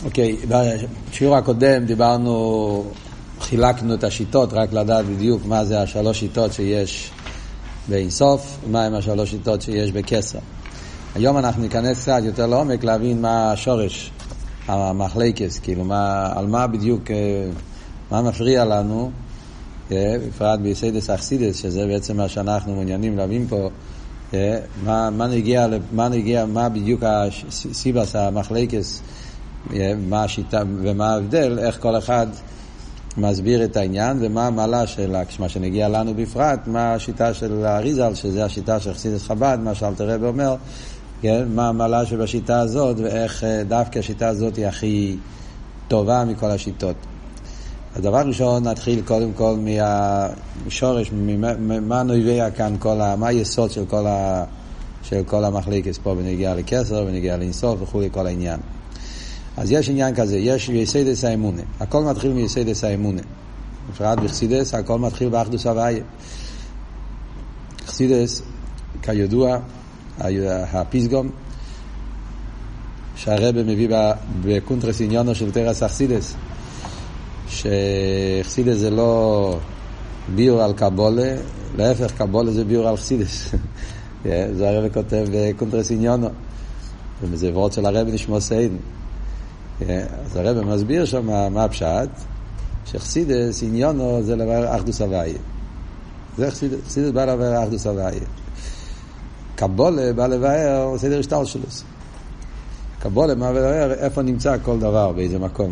אוקיי, בשיעור הקודם חילקנו את השיטות, רק לדעת בדיוק מה זה השלוש שיטות שיש באינסוף, ומה הם השלוש שיטות שיש בקסר. היום אנחנו ניכנס קצת יותר לעומק להבין מה השורש, המחלקס, כאילו על מה בדיוק, מה מפריע לנו, בפרט ביסיידס אכסידס, שזה בעצם מה שאנחנו מעוניינים להבין פה, מה בדיוק הסיבס המחלקס, מה השיטה ומה ההבדל, איך כל אחד מסביר את העניין, ומה המעלה של מה שנגיע לנו בפרט, מה השיטה של האריזל, שזה השיטה של חסידס חב"ד, מה שאלתר רבי אומר, כן? מה המעלה שבשיטה הזאת, ואיך דווקא השיטה הזאת היא הכי טובה מכל השיטות. הדבר ראשון, נתחיל קודם כל מהשורש, מה נובע כאן, מה היסוד של כל המחלקת פה, בנגיע לקסר, בנגיע לאינסוף וכו', כל העניין. אז יש עניין כזה, יש יסיידס האמונה. הכל מתחיל מיסיידס האמונה. בפרט בחסידס, הכל מתחיל באחדוס הוויה. חסידס, כידוע, הפיסגום, שהרבא מביא בקונטרס עניונו של תרס החסידס, שחסידס זה לא ביור על קבולה, להפך, קבולה זה ביור על חסידס. זה הרבא כותב בקונטרס עניונו. וזה עברות של הרבא נשמע סיידן. אז הרב מסביר שם מה הפשט, שחסידס עניונו זה לבאר אחדוס הוויה. זה חסידס בא לבאר אחדוס הוויה. קבולה בא לבאר סדר השטל שלו. קבולה בא לבאר איפה נמצא כל דבר, באיזה מקום.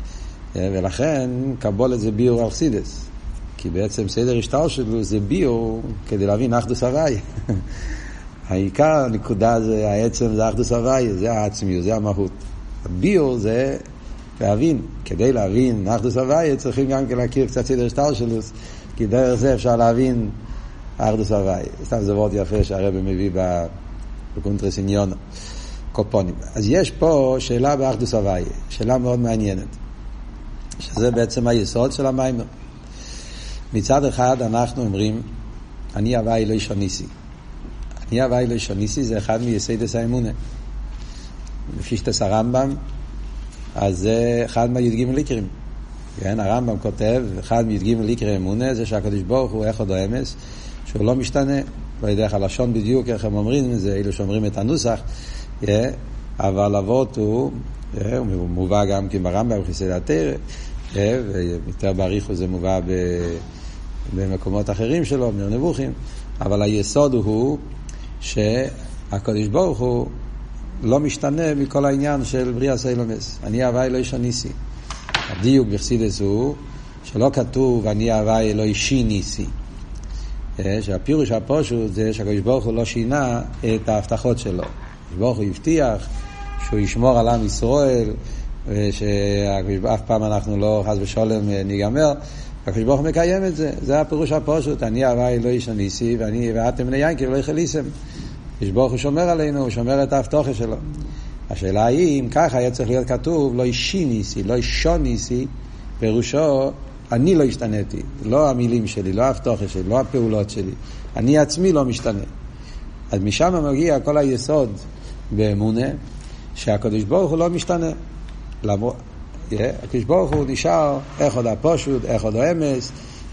ולכן קבולה זה ביור על חסידס. כי בעצם סדר השטל שלו זה ביור כדי להבין אחדוס הוויה. העיקר, הנקודה זה העצם, זה אחדוס הוויה, זה העצמיות, זה המהות. הביור זה להבין, כדי להבין אחדוס הוויה צריכים גם להכיר קצת סדר שטל שלו, כי דרך זה אפשר להבין אחדוס הוויה. סתם זה וורט יפה שהרבא מביא בקונטרס עניונו, קופונים. אז יש פה שאלה באחדוס הוויה, שאלה מאוד מעניינת, שזה בעצם היסוד של המיימר. מצד אחד אנחנו אומרים, אני הוויה לא ישוניסי. אני הוויה לא ישוניסי זה אחד מיסיידס האמונה. לפי שתס הרמב"ם, אז זה אחד מהי"ג ליקרים. כן, הרמב"ם כותב, אחד מהי"ג ליקרי אמונה, זה שהקדוש ברוך הוא אחד או אמס, שהוא לא משתנה, לא יודע איך הלשון בדיוק, איך הם אומרים, זה אילו שאומרים את הנוסח, אבל אבות הוא מובא גם כן ברמב"ם, חסידי התורה, ויותר בעריך זה מובא במקומות אחרים שלו, מנבוכים, אבל היסוד הוא שהקדוש ברוך הוא לא משתנה מכל העניין של בריאה סיילומס. אני הוואי לא ישניסי. הדיוק בחסידס הוא שלא כתוב אני הוואי לא ישיניסי. שהפירוש הפשוט זה שהקדוש ברוך הוא לא שינה את ההבטחות שלו. הקדוש ברוך הוא הבטיח שהוא ישמור על עם ישראל, ושאף פעם אנחנו לא חס ושלום ניגמר. הקדוש ברוך הוא מקיים את זה. זה הפירוש הפשוט. אני הוואי לא ישניסי ואתם בני ינקב לא יחליסם. הקדוש ברוך הוא שומר עלינו, הוא שומר את ההבטחה שלו. השאלה היא, אם ככה היה צריך להיות כתוב, לא ישיניסי, לא ישוניסי, פירושו, אני לא השתניתי, לא המילים שלי, לא ההבטחה שלי, לא הפעולות שלי, אני עצמי לא משתנה. אז משם מגיע כל היסוד באמונה, שהקדוש ברוך הוא לא משתנה. הקדוש ברוך הוא נשאר אחד הפשוט, אחד האמס,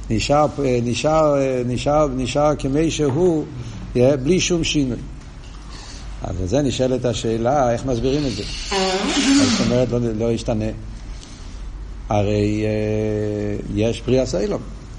נשאר כמי שהוא, בלי שום שינוי. אז זה נשאלת השאלה, איך מסבירים את זה? זאת אומרת, לא ישתנה. הרי יש בריאה סיילום.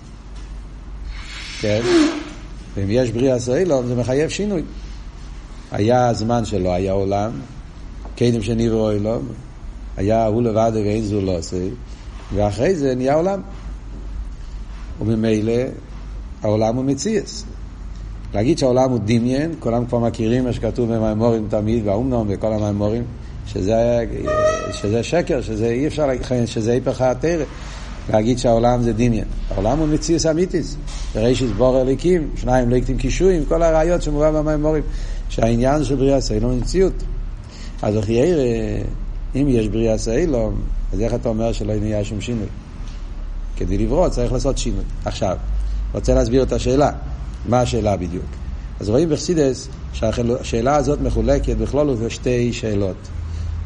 כן? ואם יש בריאה סיילום, זה מחייב שינוי. היה הזמן שלו, היה עולם, קדם שנברא אלוהים, היה הוא לבד ואין זו לא עושה, ואחרי זה נהיה עולם. וממילא, העולם הוא מציאס. להגיד שהעולם הוא דמיין, כולם כבר מכירים מה שכתוב במאמרים תמיד, והאומנום וכל המאמרים, שזה שקר, שזה אי אפשר להגיד, שזה היפך התורה. להגיד שהעולם זה דמיין. העולם הוא מציאס אמיתיס. בראשית ברא אלוקים, שניים לא יקטים קישואים, כל הראיות שמובא במאמרים, שהעניין של בריאה סיילום הוא מציאות. אז אם יש בריאה סיילום, אז איך אתה אומר שלא נהיה שום שינוי? כדי לברוא צריך לעשות שינוי. עכשיו, רוצה להסביר את השאלה. מה השאלה בדיוק? אז רואים בחסידס שהשאלה הזאת מחולקת בכלול לשתי שאלות.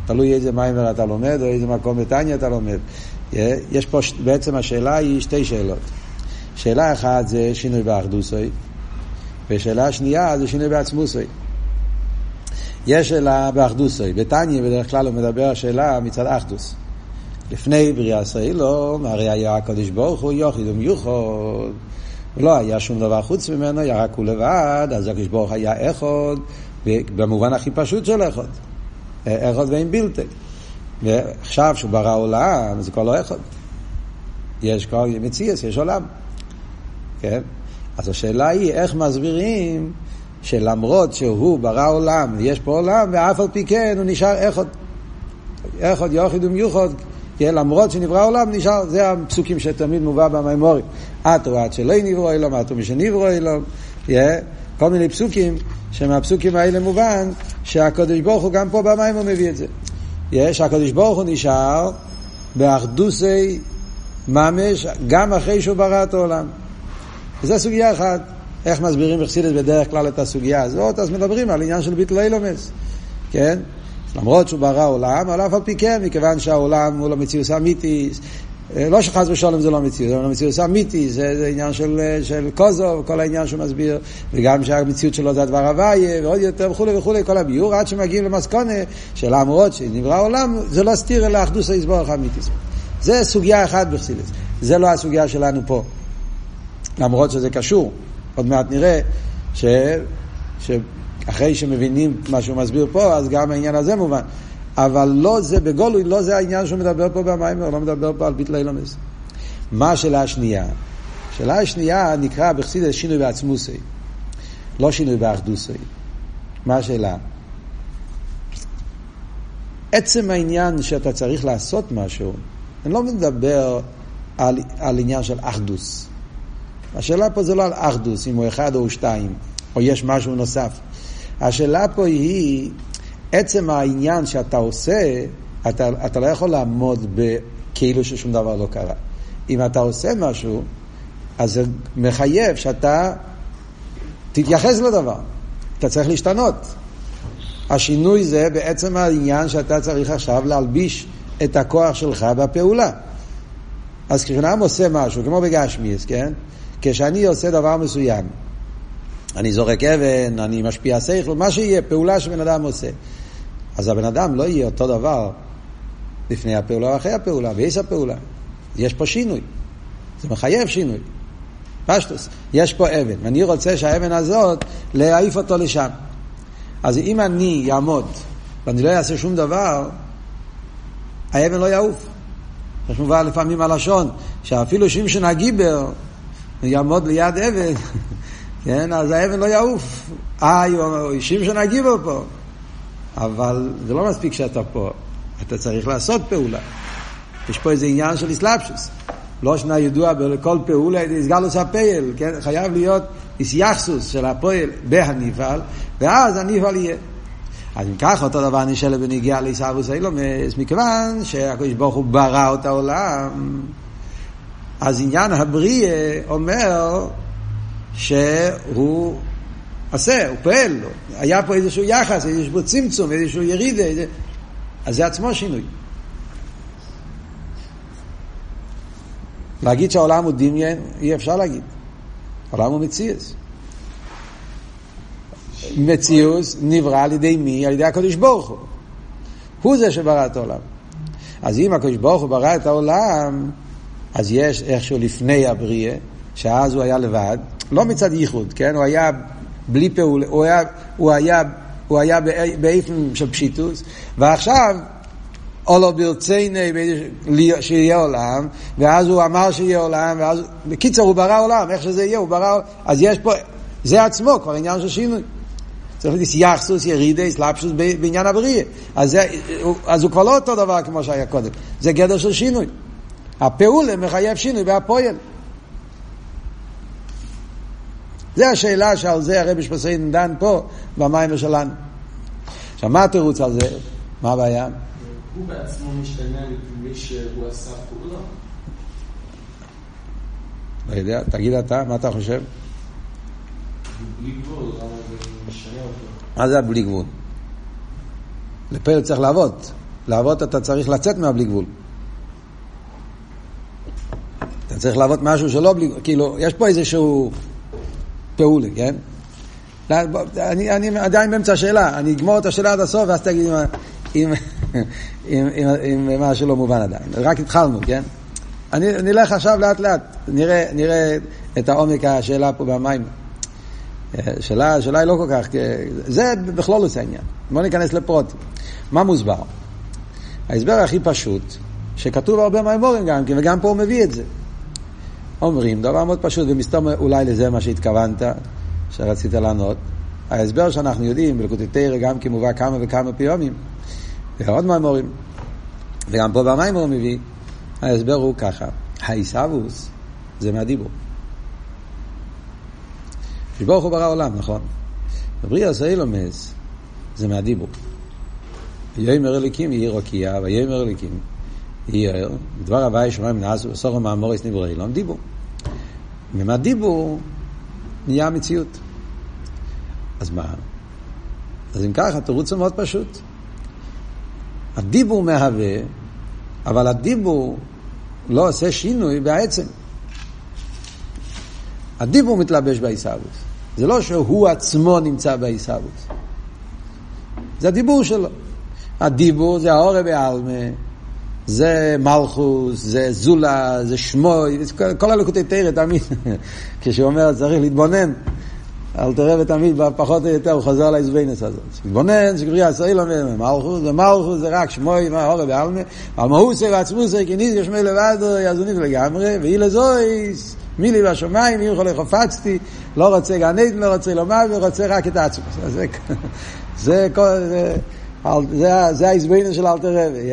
תלוי איזה מיימר אתה לומד או איזה מקום בתניא אתה לומד. יש פה בעצם השאלה היא שתי שאלות. שאלה אחת זה שינוי באחדוסוי, ושאלה השנייה זה שינוי בעצמוסוי. יש שאלה באחדוסוי. בתניא בדרך כלל הוא מדבר השאלה מצד אחדוס. לפני בריאה סוילום, הרי היה הקדוש ברוך הוא יחיד ומיוחד, ולא היה שום דבר חוץ ממנו, היה רק הוא לבד, אז הקדוש ברוך היה אחד, במובן הכי פשוט של אחד. אחד ואין בלתי. ועכשיו שהוא ברא עולם, זה כבר לא אחד. יש כבר מציאס, יש עולם. כן? אז השאלה היא איך מסבירים שלמרות שהוא ברא עולם, יש פה עולם, ואף על פי כן הוא נשאר אחד. אחד יחיד ומיוחד, למרות שנברא עולם נשאר, זה הפסוקים שתמיד מובא במיימורים. עתו עד שלא נברא אלום, עתו משנברא אלום. כל מיני פסוקים, שמהפסוקים האלה מובן שהקדוש ברוך הוא גם פה במיימור מביא את זה. שהקדוש ברוך הוא נשאר באחדוסי ממש גם אחרי שהוא ברא את העולם. וזו סוגיה אחת. איך מסבירים בחסידות בדרך כלל את הסוגיה הזאת? אז מדברים על עניין של ביטול אילומס. כן? למרות שהוא ברא עולם, אבל אף על פי כן, מכיוון שהעולם הוא לא מציאות אמיתית, לא שחס ושלום זה לא מציאות, זה לא מציאות אמיתית, זה עניין של קוזוב, כל העניין שהוא מסביר, וגם שהמציאות שלו זה הדבר הוויה, ועוד יותר וכו' וכו', כל הביור, עד שמגיעים למסקנה של למרות שנברא עולם, זה לא סתיר אלא אחדוס היסבורך אמיתית. זה סוגיה אחת בחסידות. זה לא הסוגיה שלנו פה. למרות שזה קשור. עוד מעט נראה אחרי שמבינים מה שהוא מסביר פה, אז גם העניין הזה מובן. אבל לא זה בגולוי, לא זה העניין שהוא מדבר פה במיימר, לא מדבר פה על ביטול אילומס. מה השאלה השנייה? השאלה השנייה נקרא בחסידות שינוי בעצמוסי, לא שינוי באחדוסי. מה השאלה? עצם העניין שאתה צריך לעשות משהו, אני לא מדבר על עניין של אחדוס. השאלה פה זה לא על אחדוס, אם הוא אחד או שתיים, או יש משהו נוסף. השאלה פה היא, עצם העניין שאתה עושה, אתה לא יכול לעמוד כאילו ששום דבר לא קרה. אם אתה עושה משהו, אז זה מחייב שאתה תתייחס לדבר. אתה צריך להשתנות. השינוי זה בעצם העניין שאתה צריך עכשיו להלביש את הכוח שלך בפעולה. אז כשאדם עושה משהו, כמו בגשמיס, כן? כשאני עושה דבר מסוים, אני זורק אבן, אני משפיע שכל, מה שיהיה, פעולה שבן אדם עושה. אז הבן אדם לא יהיה אותו דבר לפני הפעולה או אחרי הפעולה, ויש הפעולה. יש פה שינוי. זה מחייב שינוי. פשטוס. יש פה אבן, ואני רוצה שהאבן הזאת, להעיף אותו לשם. אז אם אני יעמוד, ואני לא אעשה שום דבר, האבן לא יעוף. יש מובן לפעמים הלשון, שאפילו שמשון הגיבר, יעמוד ליד אבן, כן, אז האבן לא יעוף. שמשון הגיבר פה. אבל זה לא מספיק שאתה פה. אתה צריך לעשות פעולה. יש פה איזה עניין של אסלאפשוס. לא שנה ידוע בכל פעולה, הסגלוס הפעל, כן? חייב להיות יחסוס של הפועל בהניפל, ואז הניפל יהיה. אז אם כך, אותו דבר נשאלה בנגיעה לעיסאוויס אילומס, מכיוון שהקדוש ברוך הוא ברא את העולם, אז עניין הבריאה אומר שהוא עשה, הוא פועל לו. היה פה איזשהו יחס, איזשהו צמצום, איזשהו ירידה, אז זה עצמו שינוי. להגיד שהעולם הוא דמיין, אי אפשר להגיד. העולם הוא מציאס. מציאוס נברא על ידי מי? על ידי הקדוש ברוך הוא. הוא זה שברא את העולם. אז אם הקדוש ברוך הוא ברא את העולם, אז יש איכשהו לפני הבריאה, שאז הוא היה לבד, לא מצד ייחוד, כן? הוא היה בלי פעולה, הוא היה באיפן של פשיטוס, ועכשיו אולו ברצייני שיהיה עולם, ואז הוא אמר שיהיה עולם, ואז בקיצור הוא ברא עולם, איך שזה יהיה, הוא ברא, אז יש פה, זה עצמו כבר עניין של שינוי. צריך להגיד יחסוס, ירידה, סלאפשוס בעניין הבריאה. אז הוא כבר לא אותו דבר כמו שהיה קודם. זה גדר של שינוי. הפעולה מחייב שינוי והפועל. זה השאלה שעל זה הרבי שפסיין דן פה במים שלנו. עכשיו מה התירוץ על זה? מה הבעיה? הוא בעצמו משתנה לפי שהוא עשה פעולה. לא יודע, תגיד אתה, מה אתה חושב? בלי גבול, למה זה משנה אותו? מה זה בלי גבול? לפעול צריך לעבוד. לעבוד אתה צריך לצאת מהבלי גבול. אתה צריך לעבוד משהו שלא בלי גבול. כאילו, יש פה איזשהו פעולה, כן? אני עדיין באמצע השאלה. אני אגמור את השאלה עד הסוף, ואז תגיד אם משהו לא מובן עדיין. רק התחלנו, כן? אני נלך עכשיו לאט לאט. נראה את העומק השאלה פה במים. השאלה היא לא כל כך, זה בכלול עושה העניין. בוא ניכנס לפרוט. מה מוסבר? ההסבר הכי פשוט, שכתוב הרבה מהאמורים גם, וגם פה הוא מביא את זה. אומרים, דבר מאוד פשוט, ומסתום אולי לזה מה שהתכוונת, שרצית לענות. ההסבר שאנחנו יודעים, בליקוטי תורה גם כמובא כמה וכמה פעמים, ועוד מהאמורים, וגם פה במים הוא מביא, ההסבר הוא ככה, העיסאוווס זה מהדיבור. שברוך הוא ברא עולם, נכון? בבריאה אילומס זה מהדיבור. ויאמר אליקים יהי רוקייה, ויאמר אליקים יהי דבר הוואי שמיים נעשו וסורם מאמורס נברא אילום דיבור. ומהדיבור נהיה מציאות. אז מה? אז אם ככה, התירוץ הוא מאוד פשוט. הדיבור מהווה, אבל הדיבור לא עושה שינוי בעצם. הדיבור מתלבש בעיסאוווס. זה לא שהוא עצמו נמצא בעיסאוווס. זה הדיבור שלו. הדיבור זה האור בעלמא, זה מלכוס, זה זולה, זה שמוי, כל הליקוטי תורה תמיד. כשהוא אומר צריך להתבונן, אל תראה ותמיד פחות או יותר הוא חוזר להסבינס הזאת. להתבונן, שגבריה ישראל אומר, מלכוס, ומלכוס זה רק שמוי, האור בעלמא, המהות ועצמוס, כי ניס שמי לבדו, יזונית לגמרי, והיא לזויס, מילי בשמיים, יוכל לחופצתי, לא רוצה גנית, לא רוצה לומר, ורוצה רק את העצמוס. זה ההסבינס של אלתר רבי.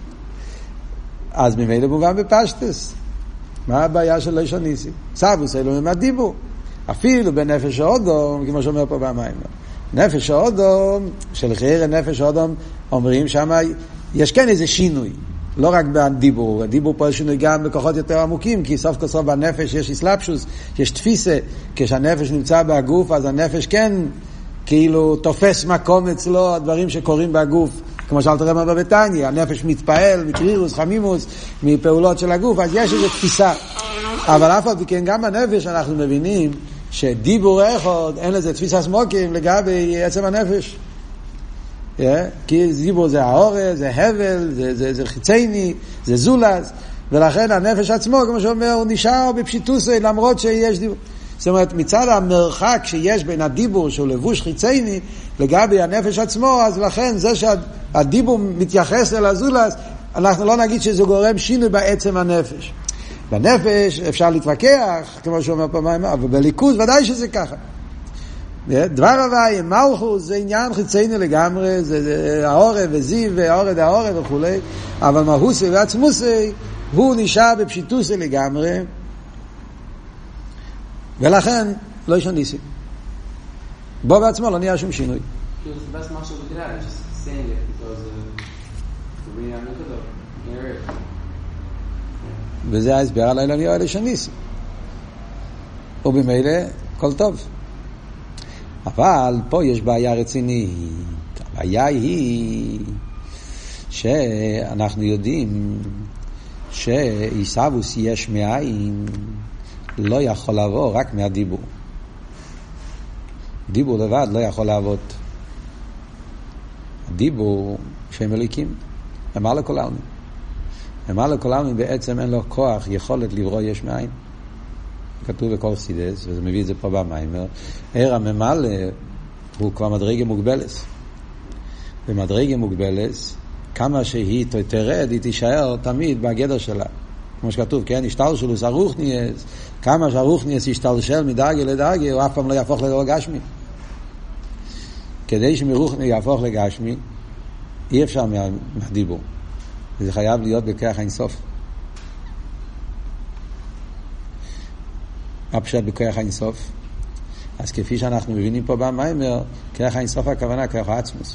אז ממילא מובן בפשטס. מה הבעיה של לא שניסי? סבוס אלו הם הדיבור. אפילו בנפש האודום, כמו שאומר פה במים. נפש האודום, של חייר נפש האודום, אומרים שמה יש כן איזה שינוי. לא רק בדיבור. הדיבור פה יש שינוי גם בכוחות יותר עמוקים, כי סוף כל סוף בנפש יש אסלאפשוס, יש תפיסה. כשהנפש נמצא בגוף, אז הנפש כן כאילו תופס מקום אצלו הדברים שקורים בגוף. כמו שאלת רמב"ם בבתניא, הנפש מתפעל, מקרירוס, חמימוס, מפעולות של הגוף, אז יש איזו תפיסה. אבל אף על פי כן גם בנפש אנחנו מבינים שדיבור אחד, אין לזה תפיסה סמוקים לגבי עצם הנפש. כי דיבור זה האור, זה הבל, זה חיצייני, זה זולס, ולכן הנפש עצמו, כמו שאומר, הוא נשאר בפשיטוסי, למרות שיש דיבור. זאת אומרת, מצד המרחק שיש בין הדיבור שהוא לבוש חיצייני לגבי הנפש עצמו, אז לכן זה שהדיבור מתייחס אל הזולס, אנחנו לא נגיד שזה גורם שינוי בעצם הנפש. בנפש אפשר להתווכח, כמו שאומר פה מים, אבל בליכוז ודאי שזה ככה. דבר הוואי, מלכוס זה עניין חיצייני לגמרי, זה האור וזיו והאור דהאור וכו', אבל מהוסי ועצמוסי הוא נשאר בפשיטוסי לגמרי, ולכן לא יש ניסים. בו בעצמו לא נהיה שום שינוי. וזה ההסבר על העניין האלה של ניסים. ובמילא כל טוב. אבל פה יש בעיה רצינית. הבעיה היא שאנחנו יודעים שעיסאוווס יש מאין לא יכול לעבור רק מהדיבור. דיבור לבד לא יכול לעבוד. הדיבור שהם מליקים. אמר לכל העלמין. אמר לכל העלמין בעצם אין לו כוח, יכולת לברוא יש מאין. כתוב בכל חסידות, וזה מביא את זה פה במיימר. עיר הממלא הוא כבר מדרגה מוגבלת. במדרגה מוגבלת, כמה שהיא תרד, היא תישאר תמיד בגדר שלה. כמו שכתוב, כן, השתלשלוס הרוחניאס, כמה שהרוחניאס ישתלשל מדרגה לדרגה, הוא אף פעם לא יהפוך לגשמי. כדי שמרוחני יהפוך לגשמי, אי אפשר מהדיבור. וזה חייב להיות בכוח האינסוף. הפשט בכוח האינסוף. אז כפי שאנחנו מבינים פה במיימר, כוח האינסוף הכוונה, כוח העצמוס.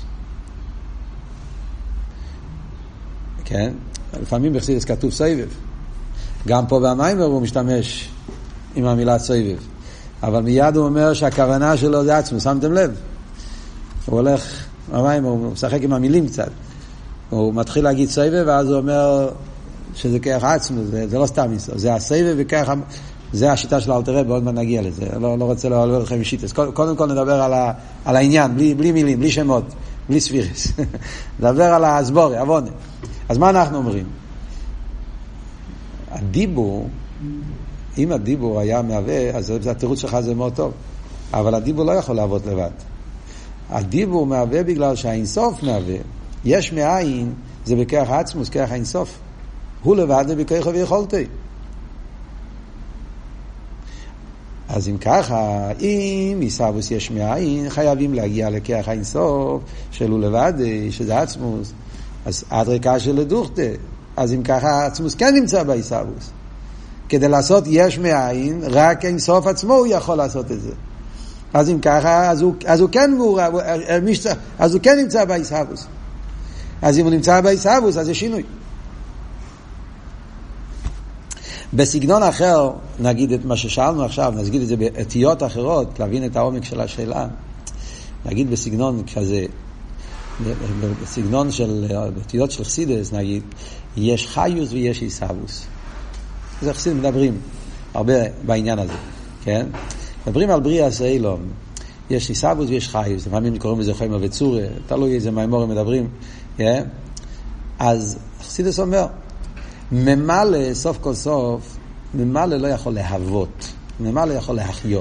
כן? לפעמים בחסידות כתוב סובב. גם פה במיימר הוא משתמש עם המילה סובב. אבל מיד הוא אומר שהכוונה שלו זה עצמוס, שמתם לב? הוא הולך, במיימר הוא משחק עם המילים קצת. הוא מתחיל להגיד סבב, ואז הוא אומר שזה כרך עצמו, זה לא סתם איסור, זה הסבב וכרך, זה השיטה של אלתר רבי, עוד מעט נגיע לזה, לא רוצה להעלות לכם שיטה. קודם כל נדבר על העניין, בלי מילים, בלי שמות, בלי ספירס. נדבר על הסבורי, אבונה. אז מה אנחנו אומרים? הדיבור, אם הדיבור היה מהווה, אז התירוץ שלך זה מאוד טוב, אבל הדיבור לא יכול לעבוד לבד. הדיבור מהווה בגלל שהאינסוף מהווה, יש מאין, זה בכרך עצמוס, כרך האינסוף. הוא לבד בכרך ויכולתי. אז אם ככה, אם איסאבוס יש מאין, חייבים להגיע לכרך האינסוף, שלו לבד, שזה עצמוס, אז עד ריקה של לדוכתה. אז אם ככה, עצמוס כן נמצא באיסאבוס. כדי לעשות יש מאין, רק אינסוף עצמו הוא יכול לעשות את זה. אז אם ככה, אז הוא כן נמצא באיסאבוס. אז אם הוא נמצא באיסאבוס, אז יש שינוי. בסגנון אחר, נגיד את מה ששאלנו עכשיו, נגיד את זה באתיות אחרות, להבין את העומק של השאלה. נגיד בסגנון כזה, בסגנון של אותיות של חסידס, נגיד, יש חיוס ויש איסאבוס. זה חסידים מדברים הרבה בעניין הזה, כן? מדברים על בריאה אילום, יש איסאבוס ויש חיוס, לפעמים קוראים לזה חיימה וצורה, תלוי איזה מהמורים מדברים, כן? אז חסידס אומר, ממלא סוף כל סוף, ממלא לא יכול להוות, ממלא יכול להחיות.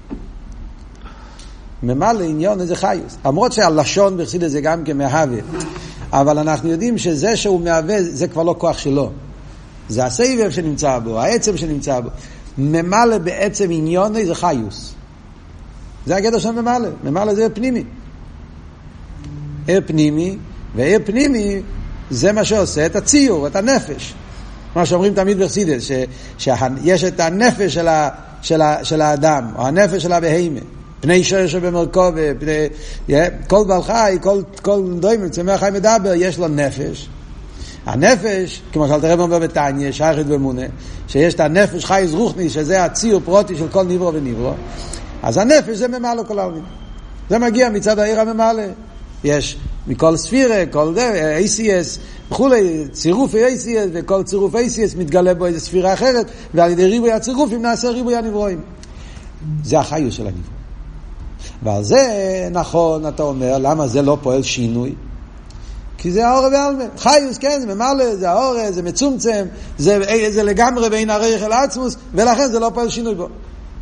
ממלא עניון איזה חיוס. למרות שהלשון בחסידס זה גם כמהווה, אבל אנחנו יודעים שזה שהוא מהווה זה כבר לא כוח שלו. זה הסבב שנמצא בו, העצם שנמצא בו. ממלא בעצם עניון איזה חיוס. זה הגדר של ממלא. ממלא זה פנימי. עיר פנימי, ועיר פנימי זה מה שעושה את הציור, את הנפש. מה שאומרים תמיד בחסידס, שיש את הנפש של האדם, או הנפש של הבהמה. פני שור שבמרכוב, כל בעל חי, כל דוימל, צמח חי מדבר, יש לו נפש. הנפש, כמו שאלתר רבי אומר בתניא, שייכת באמונה, שיש את הנפש חי זרוחני, שזה הציור פרוטי של כל נברא ונברא, אז הנפש זה ממלא כל העולמים. זה מגיע מצד העיר הממלא. יש מכל ספירה, כל ACS, וכולי, צירוף ACS, וכל צירוף ACS מתגלה בו איזו ספירה אחרת, ועל ידי ריבוי הצירופים נעשה ריבוי הנברואים. זה החיוס של הנברא. ועל זה נכון, אתה אומר, למה זה לא פועל שינוי? כי זה האור והעלמה. חיוס, כן, זה ממלא, זה האור, זה מצומצם, זה לגמרי בין הריח אל עצמוס, ולכן זה לא פועל שינוי בו.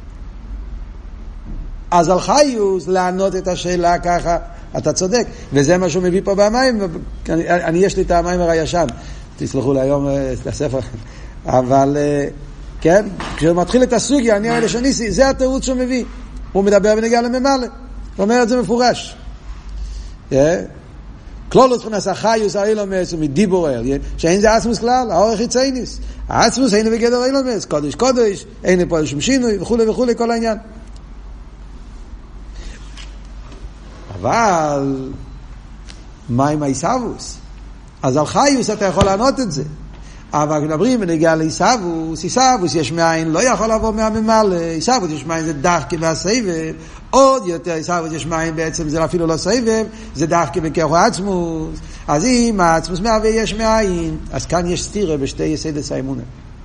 אז על חיוס, לענות את השאלה ככה, אתה צודק, וזה מה שהוא מביא פה במים. יש לי את המים הישן, תסלחו לי היום את הספר, אבל כן, כשהוא מתחיל את הסוגיה, אני האלה שניסי, זה התירוץ שהוא מביא. הוא מדבר ונגיע לממלא, הוא אומר את זה מפורש. כלולוס חנס החיוס האילומס ומדיבור אל, שאין זה עצמוס כלל, האורך יצייניס. העצמוס אין בגדר אילומס, קודש קודש, אין פה שום שינוי וכו' וכו' כל העניין. אבל מה עם האיסאבוס? אז על חיוס אתה יכול לענות את זה. אבל כשנדברים ונגיע לאיסאבוס, איסאבוס יש מאין, לא יכול לבוא מהממלא. איסאבוס יש מאין, זה דחקי והסבב. עוד יותר איסאבוס יש מאין, בעצם זה אפילו לא סבב, זה דחקי בכרך העצמוס. אז אם העצמוס מהווה יש מאין, אז כאן יש סתירה בשתי יסודות האמונה.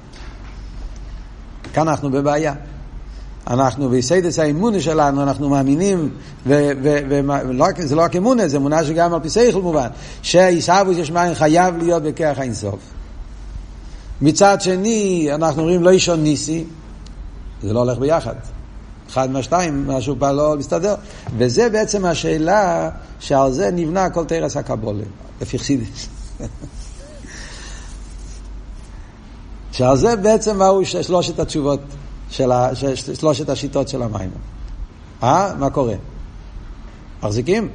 כאן אנחנו בבעיה. אנחנו ביסודות האמונה שלנו, אנחנו מאמינים, זה לא רק אמונה, זה אמונה שגם על פי שכל מובן, שאיסאבוס יש מאין חייב להיות בכרך האינסוף. מצד שני, אנחנו אומרים לא ישון ניסי, זה לא הולך ביחד. אחד מהשתיים, משהו פעם לא מסתדר. וזה בעצם השאלה שעל זה נבנה כל תרס הקבולה, לפי חסידס. שעל זה בעצם מהו שלושת התשובות, שלושת השיטות של המים. מה קורה? מחזיקים?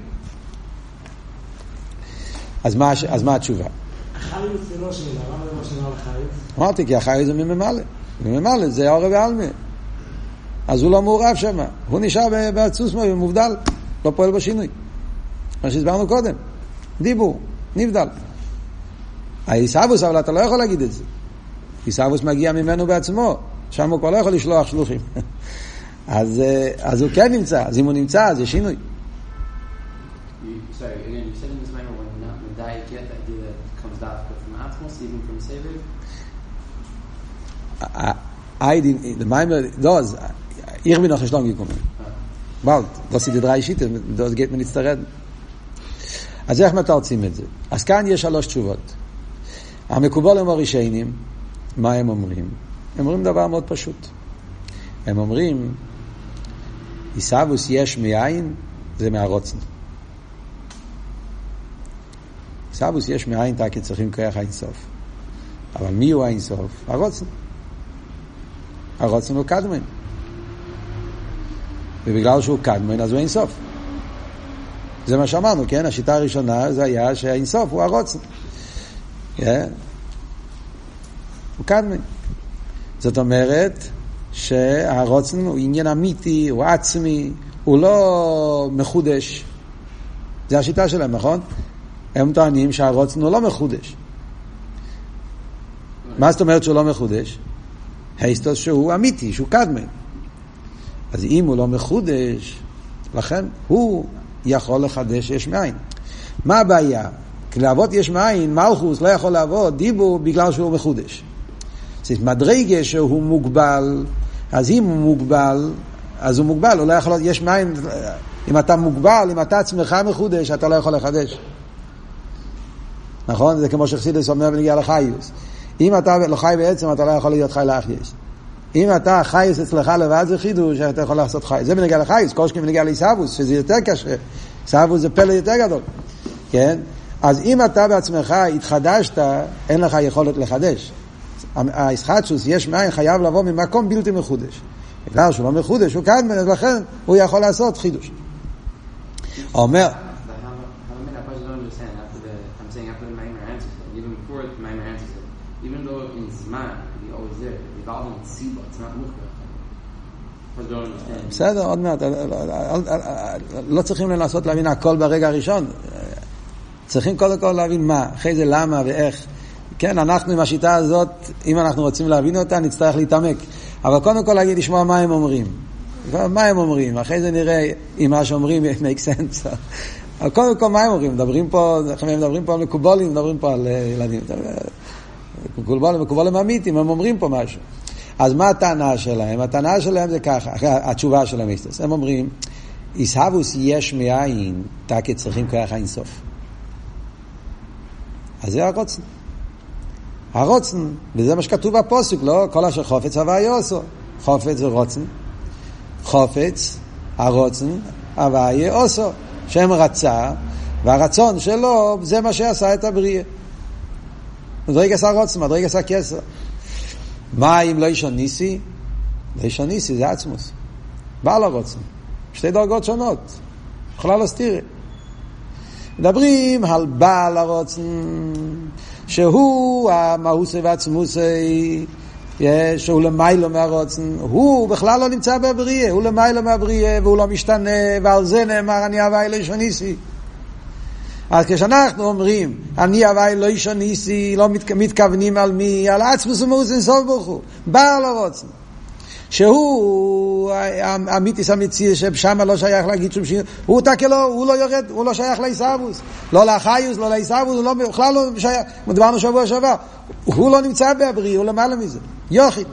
אז מה התשובה? החייס זה לא שאלה, למה זה לא שאלה על חייס? אמרתי, כי החייס זה ממלא. ממלא זה האור והעלמה. אז הוא לא מעורב שם. הוא נשאר בעצוס מובדל. לא פועל בשינוי. מה שהסברנו קודם. דיבור. נבדל. האיסאבוס, אבל אתה לא יכול להגיד את זה. איסאבוס מגיע ממנו בעצמו. שם הוא כבר לא יכול לשלוח שלוחים. אז הוא כן נמצא. אז אם הוא נמצא, אז יש שינוי. Sorry, again, you said in this mind when not medai get idea that comes dafka from Atmos, even from Sefer? Der Maimer, das, ich bin noch nicht lang gekommen. Bald, das sind die 3 Schitten, das geht mir nicht zu reden. Also איך מתרצים את זה? אז כאן יש 3 תשובות. המקובלים הראשונים, מה הם אומרים? הם אומרים דבר מאוד פשוט. הם אומרים, עיסאוויס יש מאין, זה מהרוצן. עיסאוויס יש מאין, כי צריכים כוח האינסוף. אבל מי הוא האינסוף? הרוצן. הרוצן הוא קדמן. ובגלל שהוא קדמן, אז הוא אינסוף. זה מה שאמרנו, כן? השיטה הראשונה זה היה שהאינסוף הוא הרוצן. כן? הוא קדמן. זאת אומרת שהרוצן הוא עניין אמיתי, הוא עצמי, הוא לא מחודש. זה השיטה שלהם, נכון? הם טוענים שהרוצן הוא לא מחודש. מה זאת אומרת שהוא לא מחודש? ההיסטוס שהוא אמיתי, שהוא קדמן. אז אם הוא לא מחודש, לכן הוא יכול לחדש יש מאין. מה הבעיה? כי לעבוד יש מאין, מלכוס לא יכול לעבוד דיבור בגלל שהוא מחודש. זאת מדרגה שהוא מוגבל, אז אם הוא מוגבל, אז הוא מוגבל, הוא לא יכול, יש מאין, אם אתה מוגבל, אם אתה עצמך מחודש, אתה לא יכול לחדש. נכון? זה כמו שחסידס אומר בנגיע לחיוס. אם אתה לא חי בעצם, אתה לא יכול להיות חי לאחייס. אם אתה חייס אצלך לבד זה חידוש, אתה יכול לעשות חייס. זה בנגיע לחייס, קושקים בנגיע לעיסאוויס, שזה יותר קשה. עיסאוויס זה פלא יותר גדול. כן? אז אם אתה בעצמך התחדשת, אין לך יכולת לחדש. הישחטשוס יש מאין חייב לבוא ממקום בלתי מחודש. בגלל שהוא לא מחודש, הוא קדמן, אז לכן הוא יכול לעשות חידוש. אומר... Even though in Zman, he's always there, involved in Siba, it's not Mukha. I don't understand. בסדר, עוד מעט. לא צריכים לנסות להבין הכל ברגע הראשון. צריכים קודם כל להבין מה, אחרי זה למה ואיך. כן, אנחנו עם השיטה הזאת, אם אנחנו רוצים להבין אותה, נצטרך להתעמק. אבל קודם כל להגיד, לשמוע מה הם אומרים. מה הם אומרים? אחרי זה נראה אם מה שאומרים make sense. אבל קודם כל מה הם אומרים? מדברים פה על מקובלים, מדברים פה על ילדים. מקובלים אמיתיים, הם אומרים פה משהו. אז מה הטענה שלהם? הטענה שלהם זה ככה, התשובה של המסתס. הם אומרים, עיסאוויס יש מאין, תקי צריכים כוח האינסוף. אז זה הרוצן. הרוצן, וזה מה שכתוב בפוסק, לא? כל אשר חופץ הווה יעשו. חופץ זה רוצן. חופץ, הרוצן, הווה יעשו. שם רצה, והרצון שלו, זה מה שעשה את הבריאה. מדרגת הרוצן, מדרגת הכסר. מה אם לא ישון ניסי? לא ישון ניסי, זה עצמוס. בעל הרוצן. 2 דרגות שונות. יכולה להסתיר. מדברים על בעל הרוצן, שהוא המהוסי והעצמוסי, שהוא למיילו מהרוצן. הוא בכלל לא נמצא בבריאה, הוא למיילו מהבריאה, והוא לא משתנה, ועל זה נאמר, אני הווי לא ישון ניסי. אז כשאנחנו אומרים, אני הווי לא ישון ניסי, לא מתכוונים על מי, על עצמוס ומהוס אינסוף ברוך הוא, בעל הרוצן. שהוא המיתיס המציא, ששם לא שייך להגיד שום שיר, הוא תקלו, הוא לא יורד, הוא לא שייך לעיסאוויס, לא לאחיוס, לא לעיסאוויס, הוא בכלל לא שייך, מדברנו שבוע שעבר, הוא לא נמצא בהבריא, הוא למעלה מזה, יוחיד.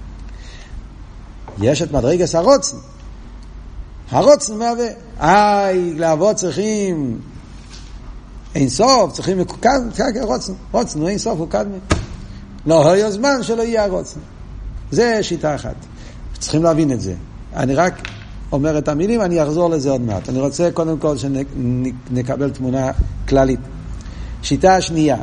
יש את מדרגת הרוצן, הרוצן מהווה, לעבוד צריכים אין סוף, צריכים רוצן, הוא אין סוף, הוא קדמי. לא, היה זמן שלא יהיה הרוצן. זה שיטה אחת. צריכים להבין את זה. אני רק אומר את המילים, אני אחזור לזה עוד מעט. אני רוצה קודם כל שנקבל תמונה כללית. שיטה השנייה.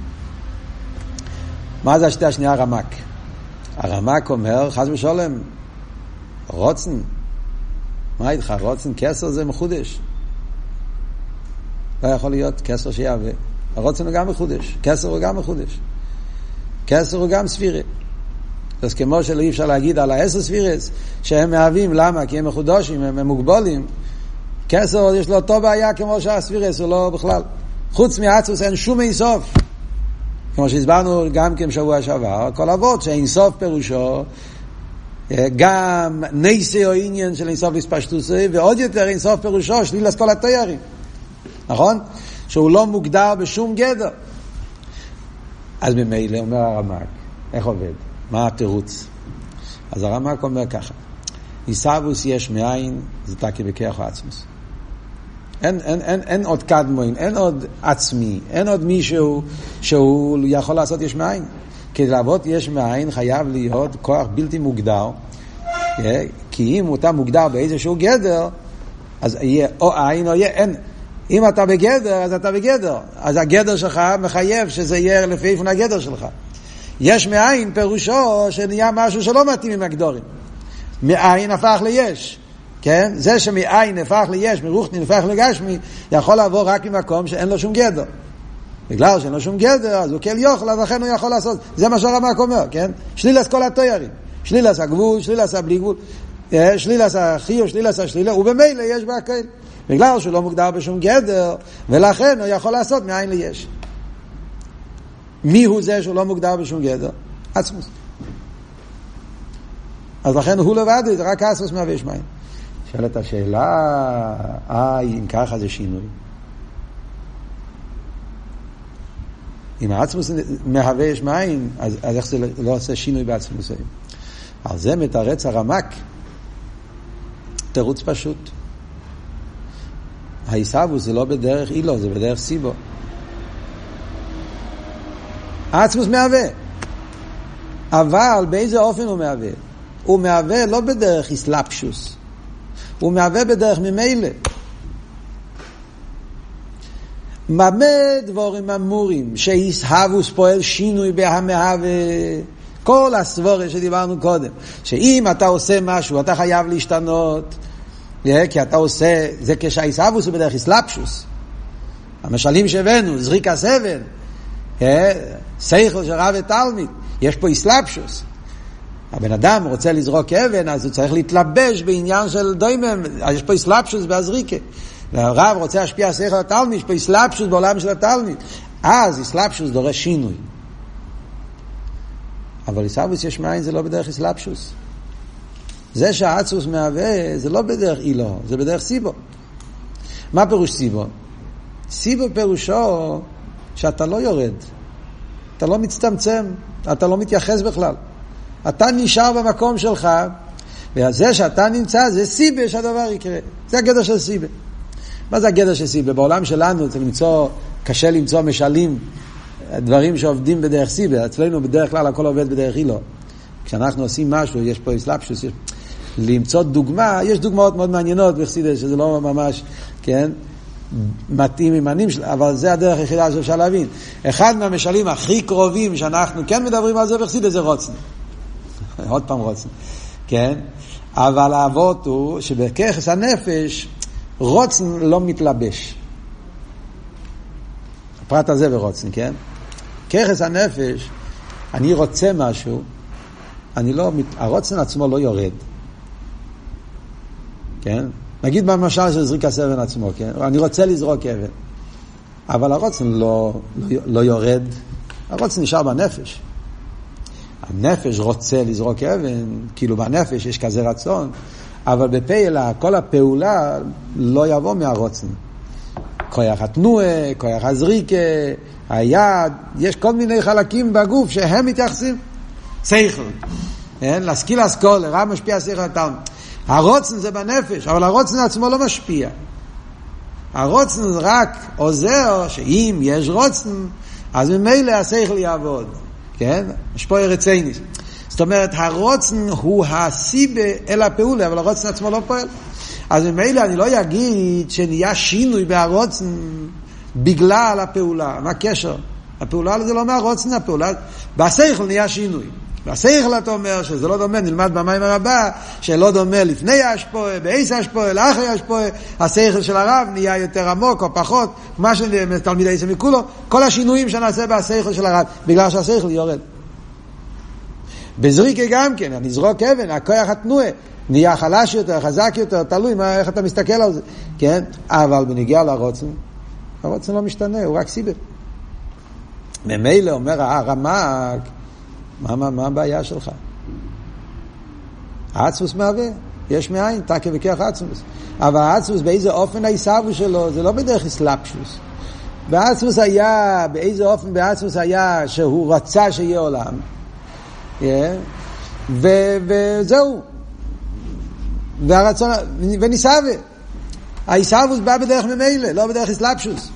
מה זה השיטה השנייה? הרמק. הרמק אומר, חס ושלום, רוצן. מה איתך? רוצן, כסר זה מחודש. לא יכול להיות כסר שיהווה. הרוצן הוא גם מחודש. כסר הוא גם מחודש. כסר הוא גם ספירה. אז כמו שלא אי אפשר להגיד על 10 ספירס שהם מהווים, למה? כי הם מחודשים, הם מוגבולים. כסר יש לו אותו בעיה כמו שהספירס הוא לא בכלל. חוץ מעצמוס אין שום אינסוף. כמו שהסברנו גם כשבוע שעבר, כל אבות שאינסוף פירושו גם ניסי או עניין של אינסוף לספשטוסי, ועוד יותר אינסוף פירושו שליל אסכולת תיירים. נכון? שהוא לא מוגדר בשום גדר. אז ממילא אומר הרמ"ק, איך עובד? מה התירוץ? אז הרמ"ק אומר ככה, עיסאוויס יש מאין, זה תקי בכיח עצמוס. אין עוד קדמון, אין עוד עצמי, אין עוד מישהו שהוא יכול לעשות יש מאין. כדי לעבוד יש מאין חייב להיות כוח בלתי מוגדר, כי אם הוא מוגדר באיזשהו גדר, אז יהיה או עין או יהיה אין. אם אתה בגדר, אז אתה בגדר. אז הגדר שלך מחייב שזה יהיה לפי איפון הגדר שלך. יש מאין פירושו שנהיה משהו שלא מתאים עם הגדורים. מאין הפך ליש. כן? זה שמאין הפך ליש, מרוחני הפך לגשמי, יכול לעבור רק ממקום שאין לו שום גדר. בגלל שאין לו שום גדר, אז הוא כל יוכל, אז לכן הוא יכול לעשות. זה מה שהרמ"ק אומר, כן? שלילת כל התוארים. שלילת הגבול, שלילת בלי גבול, שלילת החיוב, שלילת השלילה, ובמילא יש בה הכל. בגלל שהוא לא מוגדר בשום גדר, ולכן הוא יכול לעשות מאין ליש. מי הוא זה שהוא לא מוגדר בשום גדר? עצמוס. אז לכן הוא לבד, רק עצמוס מהווה יש מאין. שאלת השאלה, אם ככה זה שינוי. אם העצמוס מהווה יש מאין, אז איך זה לא עושה שינוי בעצמוס? על זה מתרץ הרמ"ק. תירוץ פשוט. העיסאוויס זה לא בדרך אילו, זה בדרך סיבו. העצמוס מהווה. אבל באיזה אופן הוא מהווה? הוא מהווה לא בדרך איסלאפשוס. הוא מהווה בדרך ממילא. ממה דבורים אמורים שהעיסאוויס פועל שינוי בהמהווה. כל הסבורה שדיברנו קודם, שאם אתה עושה משהו, אתה חייב להשתנות, כי אתה עושה, זה כשהעיסאוויס הוא בדרך איסלאפשוס. המשלים שהבאנו, זריק הסבן, שכל של רב ותלמיד, יש פה איסלאפשוס. הבן אדם רוצה לזרוק אבן, אז הוא צריך להתלבש בעניין של דוימם, אז יש פה איסלאפשוס בהזריקה. והרב רוצה להשפיע שכל התלמיד, יש פה איסלאפשוס בעולם של התלמיד. אז איסלאפשוס דורש שינוי. אבל עיסאוויס יש מאין זה לא בדרך איסלאפשוס. זה שהעצמוס מהווה זה לא בדרך אילו, זה בדרך סיבו. מה פירוש סיבו? סיבו פירושו שאתה לא יורד, אתה לא מצטמצם, אתה לא מתייחס בכלל. אתה נשאר במקום שלך, וזה שאתה נמצא זה סיבה שהדבר יקרה. זה הגדר של סיבה. מה זה הגדר של סיבה? בעולם שלנו קשה למצוא משלים, דברים שעובדים בדרך סיבה. אצלנו בדרך כלל הכל עובד בדרך אילו. כשאנחנו עושים משהו, יש פה איסלאפשוס, למצוא דוגמה, יש דוגמאות מאוד מעניינות בחסידות, שזה לא ממש, כן, מתאים עם הנים שלה, אבל זה הדרך היחידה שאפשר להבין. אחד מהמשלים הכי קרובים שאנחנו כן מדברים על זה בחסידות זה רוצן. עוד פעם רוצן. כן? אבל האבות הוא שבככס הנפש רוצן לא מתלבש. הפרט הזה ברוצן, כן? ככס הנפש, אני רוצה משהו, הרוצן עצמו לא יורד. כן? נגיד במשל של זריק הסבן עצמו, כן? אני רוצה לזרוק אבן. אבל הרוצן לא יורד. הרוצן נשאר בנפש. הנפש רוצה לזרוק אבן, כאילו בנפש יש כזה רצון, אבל בפעילה, כל הפעולה לא יבוא מהרוצן. כוח התנועה, כוח הזריקה, היד, יש כל מיני חלקים בגוף שהם מתייחסים. שכל. להשכיל אסכול, רב משפיע שכל התלמיד. הרוצן זה בנפש, אבל הרוצן עצמו לא משפיע. הרוצן רק עוזר שאם יש רוצן, אז ממילא השכל יעבוד. כן? יש פה רצייניס. זאת אומרת, הרוצן הוא הסיבה אל הפעולה, אבל הרוצן עצמו לא פועל. אז ממילא אני לא אגיד שנהיה שינוי בהרוצן בגלל הפעולה. מה הקשר? הפעולה זה לא מהרוצן, הפעולה בשכל נהיה שינוי. בשכל אתה אומר שזה לא דומה, נלמד במים הרבה, שלא דומה לפני השפועה, בעיס השפועה, לאחרי השפועה, השכל של הרב נהיה יותר עמוק או פחות, מה שתלמידי עיסא מכולו, כל השינויים שנעשה בשכל של הרב, בגלל שהשכל יורד. בזריקה גם כן, אני זרוק אבן, הכוח התנועה, נהיה חלש יותר, חזק יותר, תלוי איך אתה מסתכל על זה, כן? אבל בנגיע לרוצן, הרוצן לא משתנה, הוא רק סיבה. ממילא אומר הרמ"ק, מה הבעיה שלך? העצמוס מהווה, יש מאין, תקה וכך עצמוס. אבל העצמוס באיזה אופן העיסאוויס שלו, זה לא בדרך איסלאפשוס. בעצמוס היה, באיזה אופן בעצמוס היה שהוא רצה שיהיה עולם, וזהו, והרצון, וניסאווה. הישאבוס בא בדרך ממילא, לא בדרך אסלאפשוס.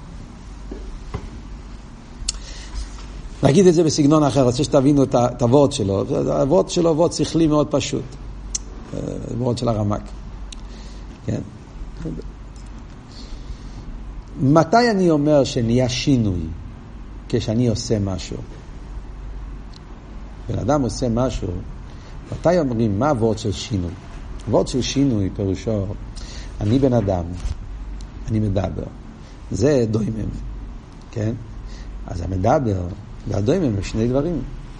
נגיד את זה בסגנון אחר, רוצה שתבינו את הוורד שלו. הוורד שלו הוא וורד שכלי מאוד פשוט. הוורד של הרמק. כן? מתי אני אומר שנהיה שינוי? כשאני עושה משהו. בן אדם עושה משהו, מתי אומרים מה הוורד של שינוי? הוורד של שינוי פירושו, אני בן אדם, אני מדבר. זה דוימם. כן? אז המדבר והדוימם הם שני דברים.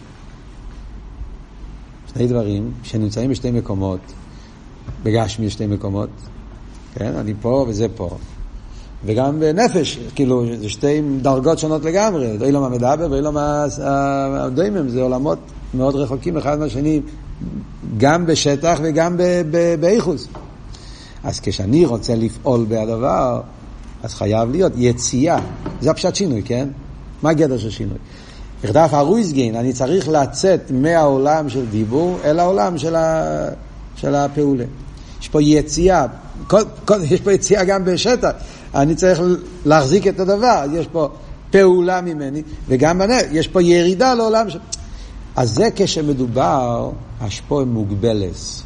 שני דברים שנמצאים בשתי מקומות, בגשמי שתי מקומות. כן? אני פה וזה פה. וגם בנפש, כאילו, זה שתי דרגות שונות לגמרי. אילום המדבר ואילום הדוימם, זה עולמות מאוד רחוקים אחד מהשני, גם בשטח וגם באיחוס. אז כשאני רוצה לפעול בהדבר, אז חייב להיות יציאה. זה הפשט שינוי, כן? מה הגדר של שינוי? בכדף הרויזגין, אני צריך לצאת מהעולם של דיבור אל העולם של הפעולה. יש פה יציאה, יש פה יציאה גם בשטח. אני צריך להחזיק את הדבר, יש פה פעולה ממני, וגם יש פה ירידה לעולם של... אז זה כשמדובר, השפוע מוגבלס.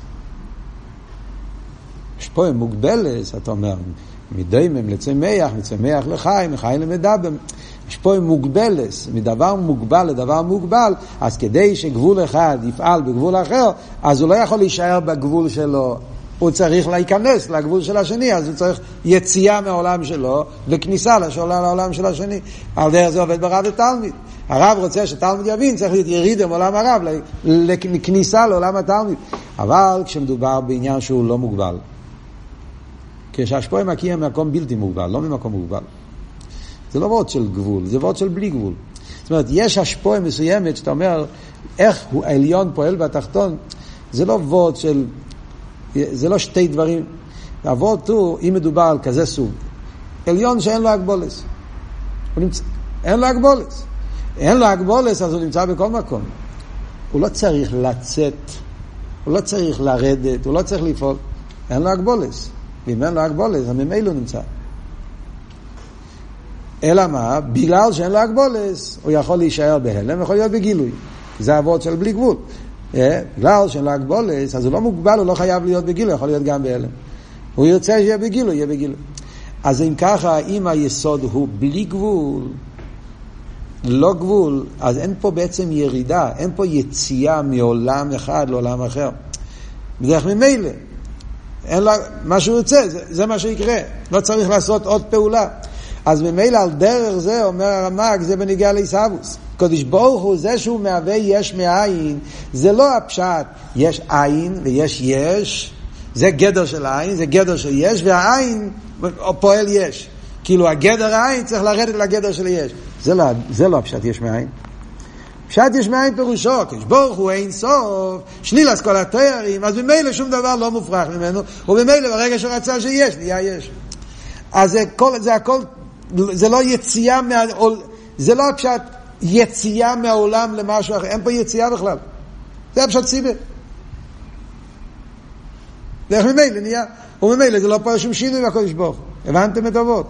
השפוע מוגבלס, אתה אומר, מדוימם לצמח, מצמח לחיים, מחיים למדבר. השפוע מוגבלס, מדבר מוגבל לדבר מוגבל, אז כדי שגבול אחד יפעל בגבול אחר, אז הוא לא יכול להישאר בגבול שלו. הוא צריך להיכנס לגבול של השני, אז הוא צריך יציאה מהעולם שלו וכניסה לעולם של השני. על דרך זה עובד ברב ותלמיד. הרב רוצה שתלמיד יבין, צריך להיות ירידה מעולם הרב, לכניסה לעולם התלמיד. אבל כשמדובר בעניין שהוא לא מוגבל, כשהשפוע מגיע ממקום בלתי מוגבל, לא ממקום מוגבל. זה לא וורט של גבול, זה וורט של בלי גבול. זאת אומרת, יש השפוע מסוימת שאתה אומר, איך הוא העליון פועל בתחתון, זה לא וורט של... זה לא שתי דברים. הוורט הוא, אם מדובר על כזה סוג, עליון שאין לו הגבולס. אין לו הגבולס. אין לו הגבולס, אז הוא נמצא בכל מקום. הוא לא צריך לצאת, הוא לא צריך לרדת, הוא לא צריך לפעול. אין לו הגבולס. ואם אין לו הגבולס, הממילא הוא נמצא. אלא מה? בגלל שאין לו הגבולס, הוא יכול להישאר בהלם, יכול להיות בגילוי. זה הוורט של בלי גבול. בגלל שאין לו הגבולס, אז הוא לא מוגבל, הוא לא חייב להיות בגילוי, יכול להיות גם בהלם. הוא ירצה שיהיה בגילוי, יהיה בגילוי. אז אם ככה, אם היסוד הוא בלי גבול, לא גבול, אז אין פה בעצם ירידה, אין פה יציאה מעולם אחד לעולם אחר. בדרך ממילא. אין לה, מה שהוא יוצא, זה מה שיקרה. לא צריך לעשות עוד פעולה. אז ממילא על דרך זה, אומר הרמ"ג, זה בניגע לישאבוס. קדוש ברוך הוא, זה שהוא מהווה יש מאין, זה לא הפשט. יש עין ויש יש, זה גדר של העין, זה גדר של יש, והעין פועל יש. כאילו הגדר העין צריך לרדת לגדר של יש. זה לא הפשט יש מאין. פשט יש מאין פירושו, קדוש ברוך הוא אין סוף, שלילת כל התארים, אז ממילא שום דבר לא מופרך ממנו, וממילא ברגע שרצה שיש, נהיה יש. אז זה הכל, זה לא יציאה זה לא הפשט יציאה מהעולם למשהו אחר, אין פה יציאה בכלל. זה הפשט סיבה. דרך ממילא נהיה, וממילא זה לא פה שום שינוי בקדוש ברוך הוא. הבנתם את אבות?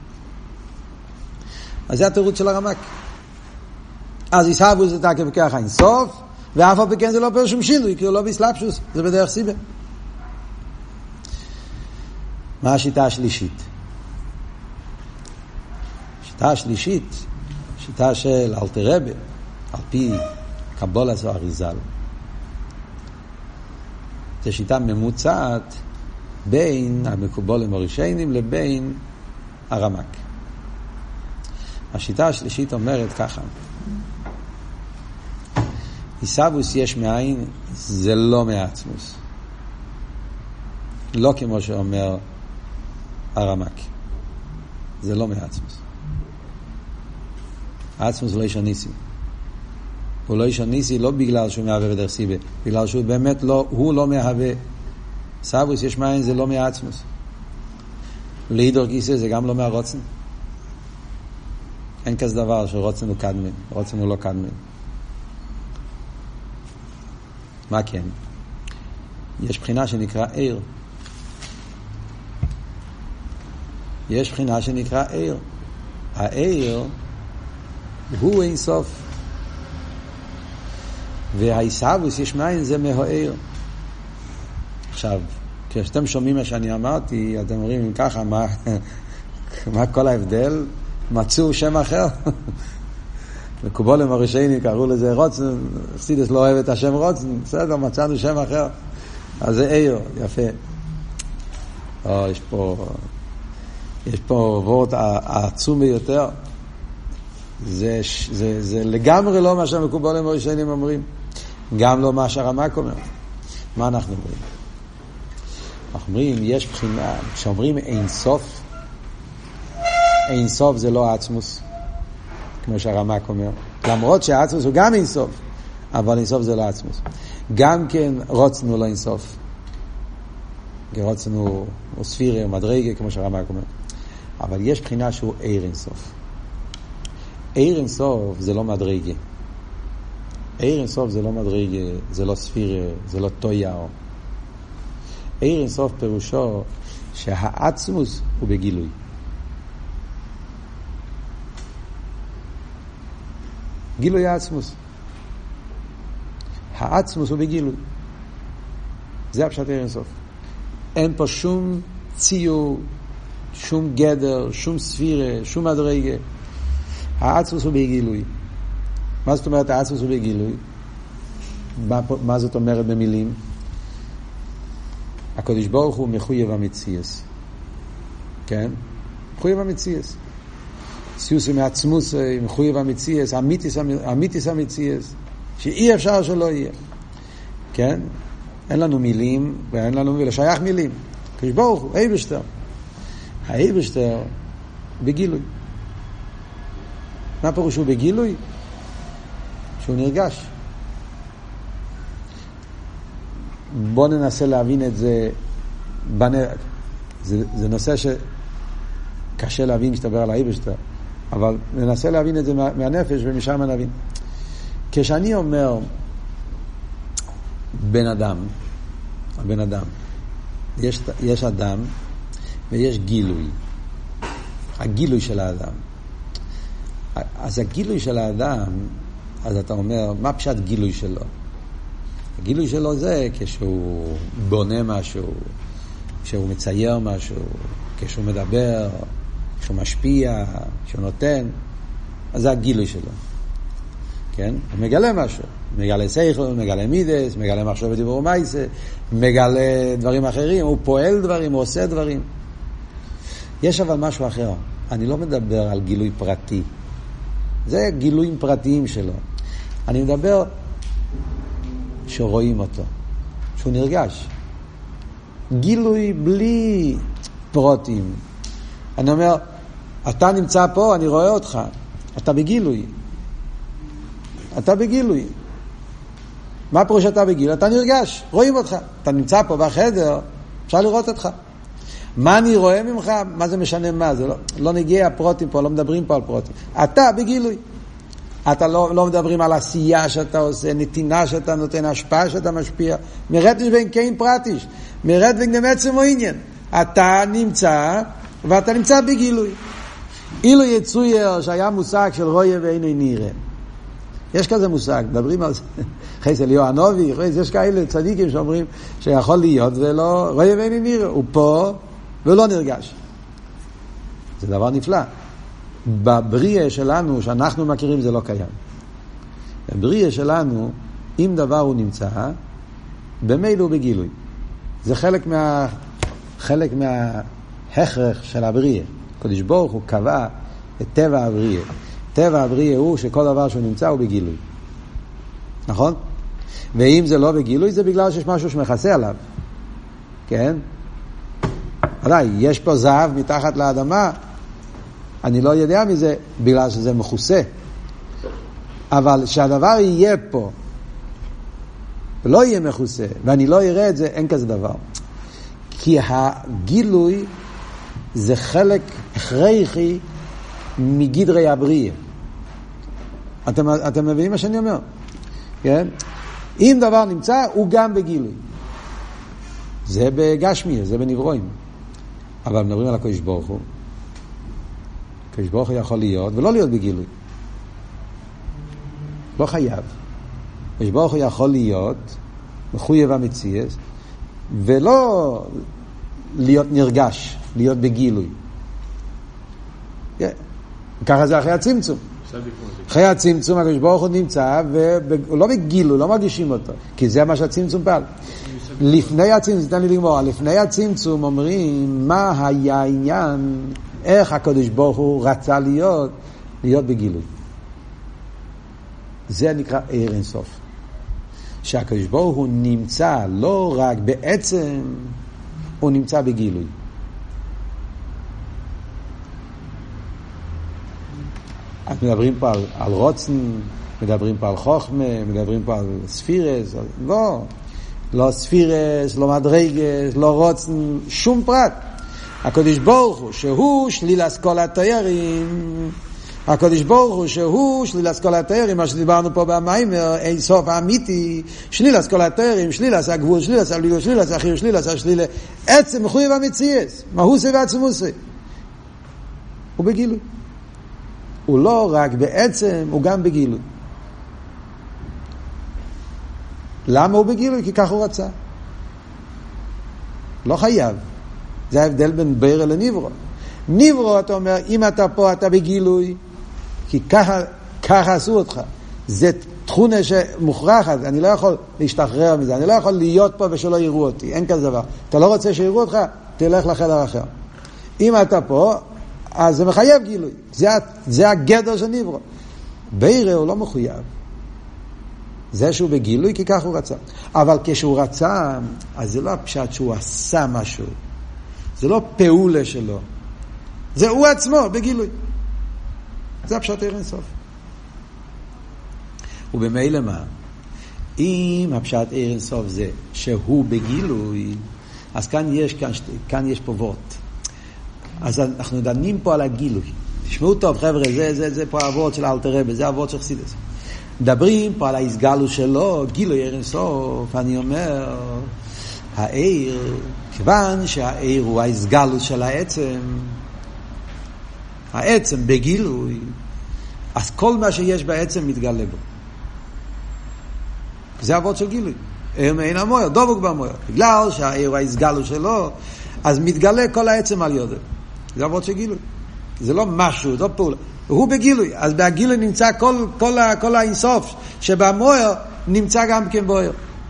אז זה התירוץ של הרמ"ק. אז ישאבוס זה תקף בכך אין סוף, ואף על פי כן זה לא פה שום שינוי, כי הוא לא באסלאפשוס, זה בדרך סיבה. מה השיטה השלישית? השיטה השלישית, שיטה של אלתר רבי, על פי קבלה זו אריזל. זו שיטה ממוצעת בין המקובלים הראשונים לבין הרמ"ק. השיטה השלישית אומרת ככה, ישאבוס יש מאין, זה לא מעצמוס. לא כמו שאומר הרמ"ק. זה לא מעצמוס. העצמוס הוא לא איש הניסי. הוא לא איש הניסי לא בגלל שהוא מהווה בדרך סיבה, בגלל שהוא באמת לא, הוא לא מהווה. ישאבוס יש מאין, זה לא מעצמוס. להידור גיסא זה גם לא מהרוצן. אין כזה דבר שרוצנו קדמן, רוצנו לא קדמן. מה כן? יש בחינה שנקרא עיר. יש בחינה שנקרא עיר. העיר הוא אין סוף. והאיסאבוס יש מאין זה מהעיר. עכשיו, כשאתם שומעים מה שאני אמרתי, אתם אומרים אם ככה, מה כל ההבדל? מצאו שם אחר. בקובולים הראשונים קראו לזה רוצן, חסידות לא אוהב את השם רוצן, בסדר, מצאנו שם אחר. אז זה עיר, יפה. יש פה וורט העצום ביותר. זה לגמרי לא מה שהמקובולים הראשונים אומרים. גם לא מה שהרמ"ק אומר. מה אנחנו אומרים? אנחנו אומרים, יש בחינה, כשאומרים אין סוף, אין סוף זה לא העצמוס, כמו שהרמ"ק אומר. למרות שהעצמוס הוא גם אין סוף, אבל אין סוף זה לא העצמוס. גם כן רוצנו לא אין סוף. רוצנו או ספירה או מדרגה, כמו שהרמ"ק אומר. אבל יש בחינה שהוא עיר אין סוף. עיר אין סוף זה לא מדרגה. עיר אין סוף זה לא מדרגה, זה לא ספירה, זה לא טויאו. עיר אין סוף פירושו שהעצמוס הוא בגילוי. גילוי העצמוס. העצמוס הוא בגילוי. זה הפשט עיר אין סוף. אין פה שום ציור, שום גדר, שום ספירה, שום מדרגה. העצמוס הוא בגילוי. מה זאת אומרת העצמוס הוא בגילוי? מה זאת אומרת במילים? הקדוש ברוך הוא מחויב המציאות. כן? מחויב המציאות. סיוס מעצמוס, מחויב המציאות, אמיתיס המציאות, שאי אפשר שלא יהיה. כן? אין לנו מילים, ואין לנו לשייך מילים. הקדוש ברוך הוא, אייבשטר. האייבשטר בגילוי. מה פירוש הוא בגילוי? שהוא נרגש. בואו ננסה להבין את זה. זה נושא שקשה להבין כשתדבר על האייבשטר, אבל ננסה להבין את זה מהנפש ומשם נבין. כשאני אומר בן אדם, יש אדם ויש גילוי. הגילוי של האדם. אז הגילוי של האדם, אז אתה אומר, מה פשט גילוי שלו? הגילוי שלו זה כשהוא בונה משהו, כשהוא מצייר משהו, כשהוא מדבר, כשהוא משפיע, כשהוא נותן, אז זה הגילוי שלו. כן? הוא מגלה משהו. מגלה שכל, מגלה מידס, מגלה מחשוב ודיבור ומעשה, מגלה דברים אחרים, הוא פועל דברים, הוא עושה דברים. יש אבל משהו אחר. אני לא מדבר על גילוי פרטי. זה גילויים פרטיים שלו. אני מדבר שרואים אותו, שהוא נרגש. גילוי בלי פרוטים. אני אומר, אתה נמצא פה, אני רואה אותך. אתה בגילוי. אתה בגילוי. מה פירוש אתה בגילוי? אתה נרגש, רואים אותך. אתה נמצא פה בחדר, אפשר לראות אותך. מה אני רואה ממך? מה זה משנה מה? זה לא נגיע פרוטים פה, לא מדברים פה על פרוטים. אתה בגילוי. אתה לא מדברים על עשייה שאתה עושה, נתינה שאתה נותן, השפעה שאתה משפיע. מרד בין קיין פרטיש. מרד בין עצם או עניין. אתה נמצא, ואתה נמצא בגילוי. אילו יצויר שהיה מושג של רויה ואינו נראה. יש כזה מושג, מדברים על זה. חייס אליהו הנובי, יש כאלה צדיקים שאומרים שיכול להיות ולא, רואה ואיני נראה, הוא פה ולא נרגש. זה דבר נפלא. בבריאה שלנו, שאנחנו מכירים, זה לא קיים. בבריאה שלנו, אם דבר הוא נמצא, במילא הוא בגילוי. זה חלק מההכרח של הבריאה. הקדוש ברוך הוא קבע את טבע הבריאה. טבע הבריאה הוא שכל דבר שהוא נמצא הוא בגילוי. נכון? ואם זה לא בגילוי, זה בגלל שיש משהו שמכסה עליו. כן? עדיין, יש פה זהב מתחת לאדמה, אני לא יודע מזה, בגלל שזה מכוסה. אבל שהדבר יהיה פה, ולא יהיה מכוסה, ואני לא אראה את זה, אין כזה דבר. כי הגילוי זה חלק הכרחי מגדרי הבריאה. אתם מבינים מה שאני אומר? כן? אם דבר נמצא, הוא גם בגילוי. זה בגשמי, זה בנברואים. אבל מדברים על הקדוש ברוך הוא. הקדוש ברוך הוא יכול להיות ולא להיות בגילוי. לא חייב. הקדוש ברוך הוא יכול להיות מחויב המציאות, ולא להיות נרגש, להיות בגילוי. ככה זה אחרי הצמצום. אחרי הצמצום הקדוש ברוך הוא נמצא, ולא בגילוי, לא מרגישים אותו, כי זה מה שהצמצום פעל. לפני הצמצום, תן לי לגמור, לפני הצמצום אומרים מה היה העניין, איך הקדוש ברוך הוא רצה להיות בגילוי. זה נקרא עיר אין סוף. שהקדוש ברוך הוא נמצא לא רק בעצם, הוא נמצא בגילוי. אז מדברים פה על רוצן, מדברים פה על חוכמה, מדברים פה על ספירס, לא ספירס, לא מדרגס, לא רוצן, שום פרט. הקדוש ברוך הוא שהוא שלילת כל התיירים, הקדוש ברוך הוא שהוא שלילת כל התיירים, מה שדיברנו פה במיימר, אין סוף האמיתי, שלילת כל התיירים, שלילת הגבול, שלילת הליגו, שלילת החיר, שלילת השלילה, עצם מחויב המציאות, מהו זה ועצמו זה. הוא בגילוי. הוא לא רק בעצם, הוא גם בגילוי. למה הוא בגילוי? כי כך הוא רצה. לא חייב. זה ההבדל בין בירא לניברו. ניברו, אתה אומר, אם אתה פה, אתה בגילוי, כי ככה עשו אותך. זה תכונה שמוכרחת, אני לא יכול להשתחרר מזה, אני לא יכול להיות פה ושלא יראו אותי, אין כזה דבר. אתה לא רוצה שיראו אותך, תלך לחדר אחר. אם אתה פה, אז זה מחייב גילוי. זה הגדר של ניברו. בירא הוא לא מחויב. זה שהוא בגילוי, כי כך הוא רצה. אבל כשהוא רצה, אז זה לא הפשט שהוא עשה משהו. זה לא פעולה שלו. זה הוא עצמו בגילוי. זה הפשט עיר אין סוף. ובמילא מה? אם הפשט עיר אין סוף זה שהוא בגילוי, אז כאן יש פה וורט. אז אנחנו דנים פה על הגילוי. תשמעו טוב, חבר'ה, זה פה הוורט של אלתר רבי, זה הוורט של חסידות. מדברים פה על ההסגלות שלו, גילוי עיר אין סוף. אני אומר, העיר, כיוון שהעיר הוא ההסגלות של העצם בגילוי, אז כל מה שיש בעצם מתגלה בו. זה הוורט של גילוי. עיר מעין המויר, דבוק במויר. בגלל שהעיר הוא ההסגלות שלו, אז מתגלה כל העצם על יודו. זה הוורט של גילוי. זה לא משהו, לא פעולה. הוא בגילוי. אז בגילוי נמצא כל האינסוף, שבמויר נמצא גם כן בויר.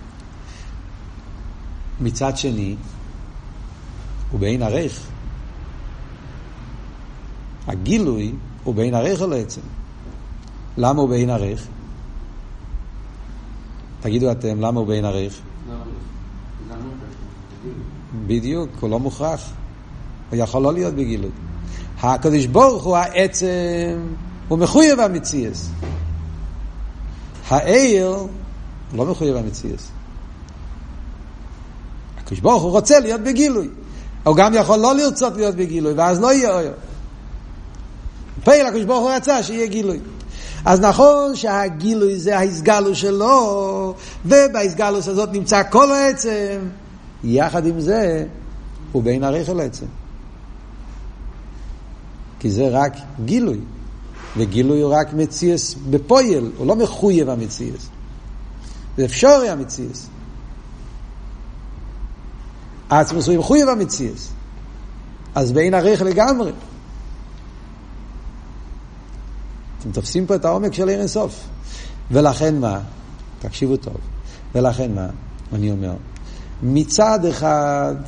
מצד שני, הוא בעין ערך. הגילוי הוא בעין ערך או לעצם. למה הוא בעין ערך? תגידו אתם, למה הוא בעין ערך? בדיוק, הוא לא מוכרח. הוא יכול לא להיות בגילוי. הקדוש ברוך הוא העצם, הוא מחויב המציאות. העיר לא מחויב המציאות. הקדוש ברוך הוא רוצה להיות בגילוי. הוא גם יכול לא לרצות להיות בגילוי, ואז לא יהיה אור. פעיל הקדוש ברוך הוא רצה שיהיה גילוי. אז נכון שהגילוי זה ההסגלות שלו, ובהסגלות הזאת נמצא כל העצם. יחד עם זה, הוא בין ערך אל העצם. כי זה רק גילוי. וגילוי הוא רק מציאס בפועל, הוא לא מחויב המציאס. זה אפשרי המציאס. העצמוס הוא מחויב המציאס. אז בין ערך לגמרי. אתם תופסים פה את העומק של עיר אין סוף. ולכן מה? תקשיבו טוב. ולכן מה? אני אומר, מצד אחד,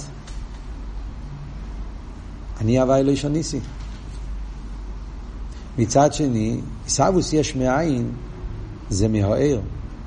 אני הווי לא אישו ניסי. מצד שני, עיסאוויס יש מאין, זה מהעיר.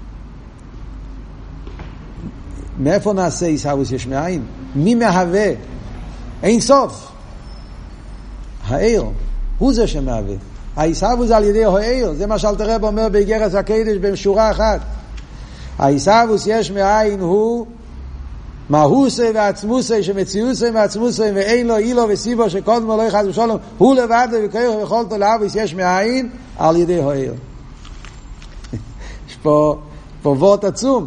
מאיפה נעשה עיסאוויס יש מאין? מי מהווה? אין סוף. העיר, הוא זה שמהווה. העיסאוויס זה על ידי העיר, זה מה שאלתר רבי אומר באיגרת הקודש בשורה אחת. העיסאוויס יש מאין הוא מהוסי ועצמוסי שמציאוסי ועצמוסי ואין לו אילו וסיבו שקודמו לא יחד ושלום הוא לבד וכיוך ויכולתו להביס יש מאין על ידי העיר. יש פה וורט עצום.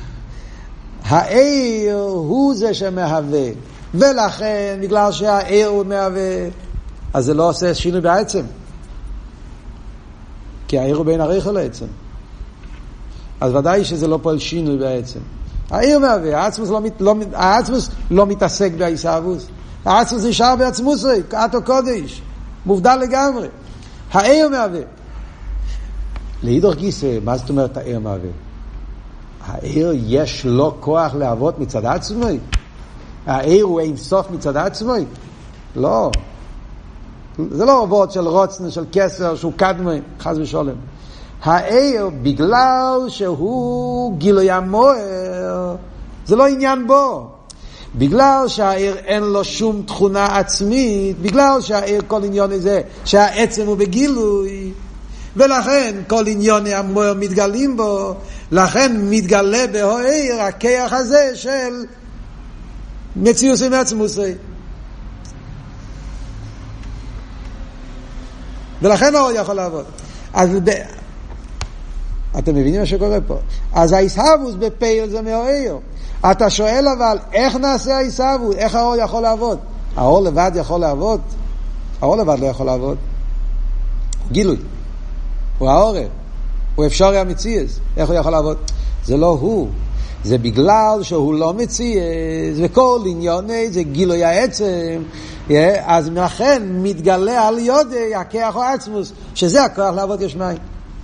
העיר הוא זה שמהווה, ולכן בגלל שהעיר הוא מהווה אז זה לא עושה שינוי בעצם, כי העיר הוא בין הריחו לעצם, אז ודאי שזה לא פועל שינוי בעצם. העיר מהווה, העצמוס לא מתעסק בעיסאוויס, העצמוס נשאר בעצמוס כאתו קודש, מובדל לגמרי. העיר מהווה. להידור גיסא, מה זאת אומרת העיר מהווה? העיר יש לו כוח לעבוד מצד עצמי? העיר הוא אין סוף מצד עצמי? לא. זה לא עבוד של רוצן, של כסר, שהוא קדמי, חס ושולם. העיר, בגלל שהוא גילוי המוער, זה לא עניין בו. בגלל שהעיר אין לו שום תכונה עצמית, בגלל שהעיר כל עניין הזה, שהעצם הוא בגילוי, ולכן כל ענייני המוער מתגלים בו, לכן מתגלה בהעיר הכיח הזה של מציאוסי מעצמוסי. ולכן האור יכול לעבוד. אז אתם מבינים מה שקורה פה? אז האיסהבוס בפייל זה מהעיר. אתה שואל אבל איך נעשה האיסהבוס? איך האור יכול לעבוד? האור לבד יכול לעבוד? האור לבד לא יכול לעבוד. גילוי. הוא העורר. הוא אפשרי המציאס. איך הוא יכול לעבוד? זה לא הוא. זה בגלל שהוא לא מציאס, וכל ענייני זה גילוי העצם, אז לכן מתגלה על יודי הכיח או עצמוס, שזה הכוח לעבוד יש מים.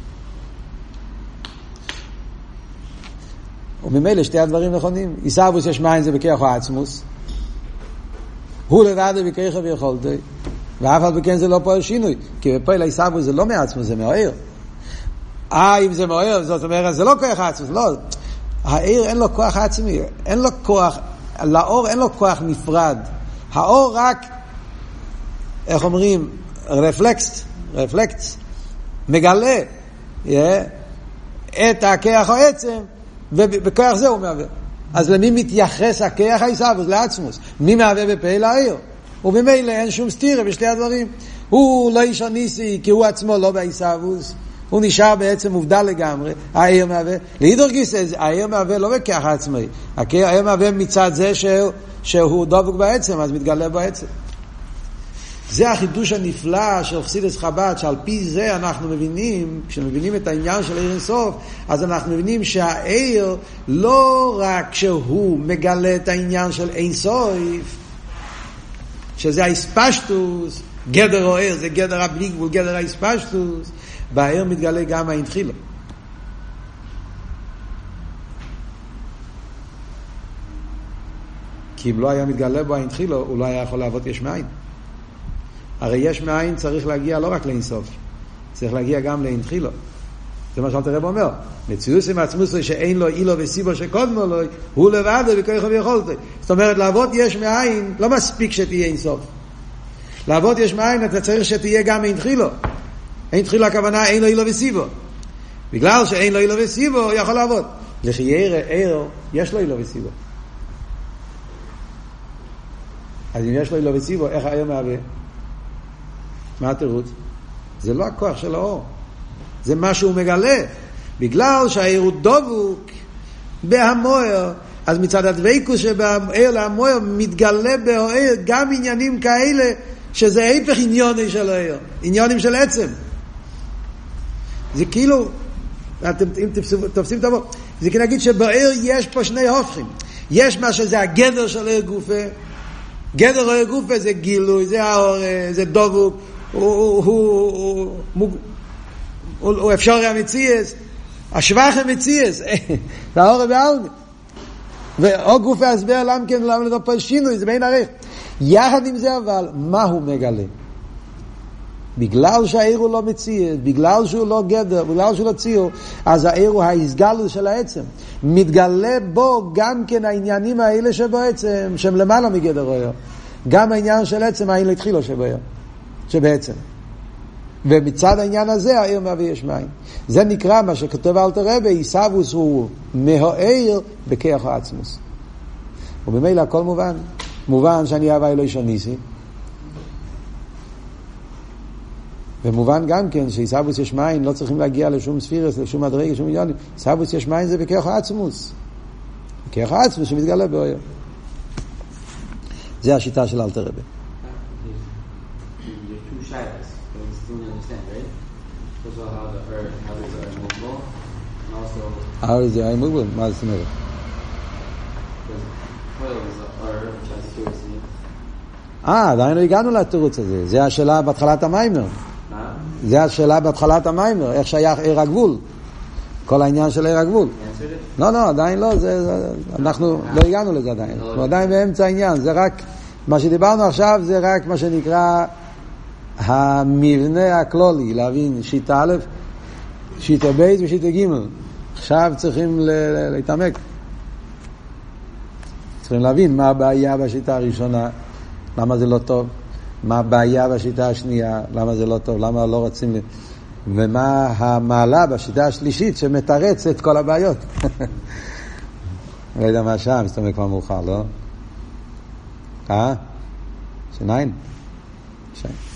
וממילא שתי הדברים נכונים. איסאוויס יש מים זה בכיח או עצמוס, הוא לבד בכיח ויכולתו, ואף על בכן זה לא פועל שינוי, כי בפועל איסאוויס זה לא מעצמוס, זה מהעיר. אם זה מהעיר, זאת אומרת זה לא כיח עצמוס, לא. העיר אין לו כוח עצמי, אין לו כוח, לאור אין לו כוח נפרד. האור רק, איך אומרים, רפלקס, מגלה את הכיח או עצם, ובכוח זה הוא מהווה. אז למי מתייחס הכיח האיסאוויס? לעצמוס. מי מהווה בפעיל העיר? ובמילא אין שום סתירה בשתי הדברים. הוא לא איש הניסי, כי הוא עצמו לא באיסאוויס. הוא נשאר בעצם מובדל לגמרי. העיר מהווה, להידור גיסא, העיר מהווה לא בכך עצמי, העיר מהווה מצד זה שהוא דבוק בעצם, אז מתגלה בעצם. זה החידוש הנפלא של חסידות חב"ד, שעל פי זה אנחנו מבינים, כשמבינים את העניין של עיר אינסוף, אז אנחנו מבינים שהעיר לא רק שהוא מגלה את העניין של אינסוף, שזה האספשטוס, גדר או עיר, זה גדר הבלי גבול, גדר האספשטוס, בעיר מתגלה גם האינתחילו. כי אם לא היה מתגלה בו האינתחילו, הוא לא היה יכול לעבוד יש מאין. הרי יש מאין צריך להגיע לא רק לאינסוף, צריך להגיע גם לאינתחילו. זה מה שאלת הרב אומר. מציאוס עם עצמוסו שאין לו אילו וסיבו שקודמו לו, הוא לבד וכוח ויכולתו. זאת אומרת, לעבוד יש מאין, לא מספיק שתהיה אינסוף. לעבוד יש מאין, אתה צריך שתהיה גם האינתחילו. אין תחילה הכוונה אין לו אילו וסיבו, בגלל שאין לו אילו וסיבו הוא יכול לעבוד. לכי עיר יש לו אילו וסיבו, אז אם יש לו אילו וסיבו איך העיר מהווה? מה התירוץ? זה לא הכוח של האור, זה מה שהוא מגלה. בגלל שהעיר הוא דבוק בהמוער, אז מצד הדבקות שבעיר להמוער מתגלה בהעיר גם עניינים כאלה שזה היפך עניוני של העיר, עניונים של עצם. זה כאילו, אם תופסים תבוא, זה כי נגיד שבעיר יש פה שני הופכים. יש מה שזה הגדר של עיר גופה, גדר עיר גופה זה גילוי, זה האור, זה דבוק, הוא אפשרי המציאס, השבח המציאס, זה האור והעלמי. ואו גופה הסבר למה כן, למה לא פה שינוי, זה בין עריך. יחד עם זה אבל, מה הוא מגלה? בגלל שהעיר הוא לא מציאס, בגלל שהוא לא גדר, בגלל שהוא לא ציור, אז העיר הוא ההסגלות של העצם. מתגלה בו גם כן העניינים האלה שבעצם, שהם למעלה מגדר רואה. גם העניין של עצם, העין להתחילו שבעצם. ומצד העניין הזה, העיר מהווה יש מים. זה נקרא מה שכתוב אלתר רבי, איסאוויס הוא מהעיר בכיח העצמוס. ובמילא הכל מובן. מובן שאני הווה אלוהי שניסי, ומובן גם כן שיסבוס יש מים לא צריכים להגיע לשום ספירס, לשום מדרגה, לשום מיליונים. סבוס יש מים זה בכוח העצמוס, בכוח העצמוס שמתגלה באויר. זה השיטה של אלתר רבי. הארץ זה מוגבל, מה זאת אומרת? עדיין לא הגענו לתירוץ הזה. זה השאלה בהתחלת המיימר. זה השאלה בהתחלת המיימר, איך שייך עיר הגבול. כל העניין של עיר הגבול. לא, עדיין לא. אנחנו לא הגענו לזה עדיין. אנחנו עדיין באמצע העניין. זה רק, מה שדיברנו עכשיו זה רק מה שנקרא המבנה הכללי, להבין שיטה א', שיטה ב' ושיטה ג'. עכשיו צריכים להתעמק. צריכים להבין מה הבעיה בשיטה הראשונה, למה זה לא טוב, מה הבעיה בשיטה השנייה, למה זה לא טוב, למה לא רוצים, ומה המעלה בשיטה השלישית שמתרץ את כל הבעיות. לא יודע מה השעה, מסתובב כבר מאוחר, לא? שניים?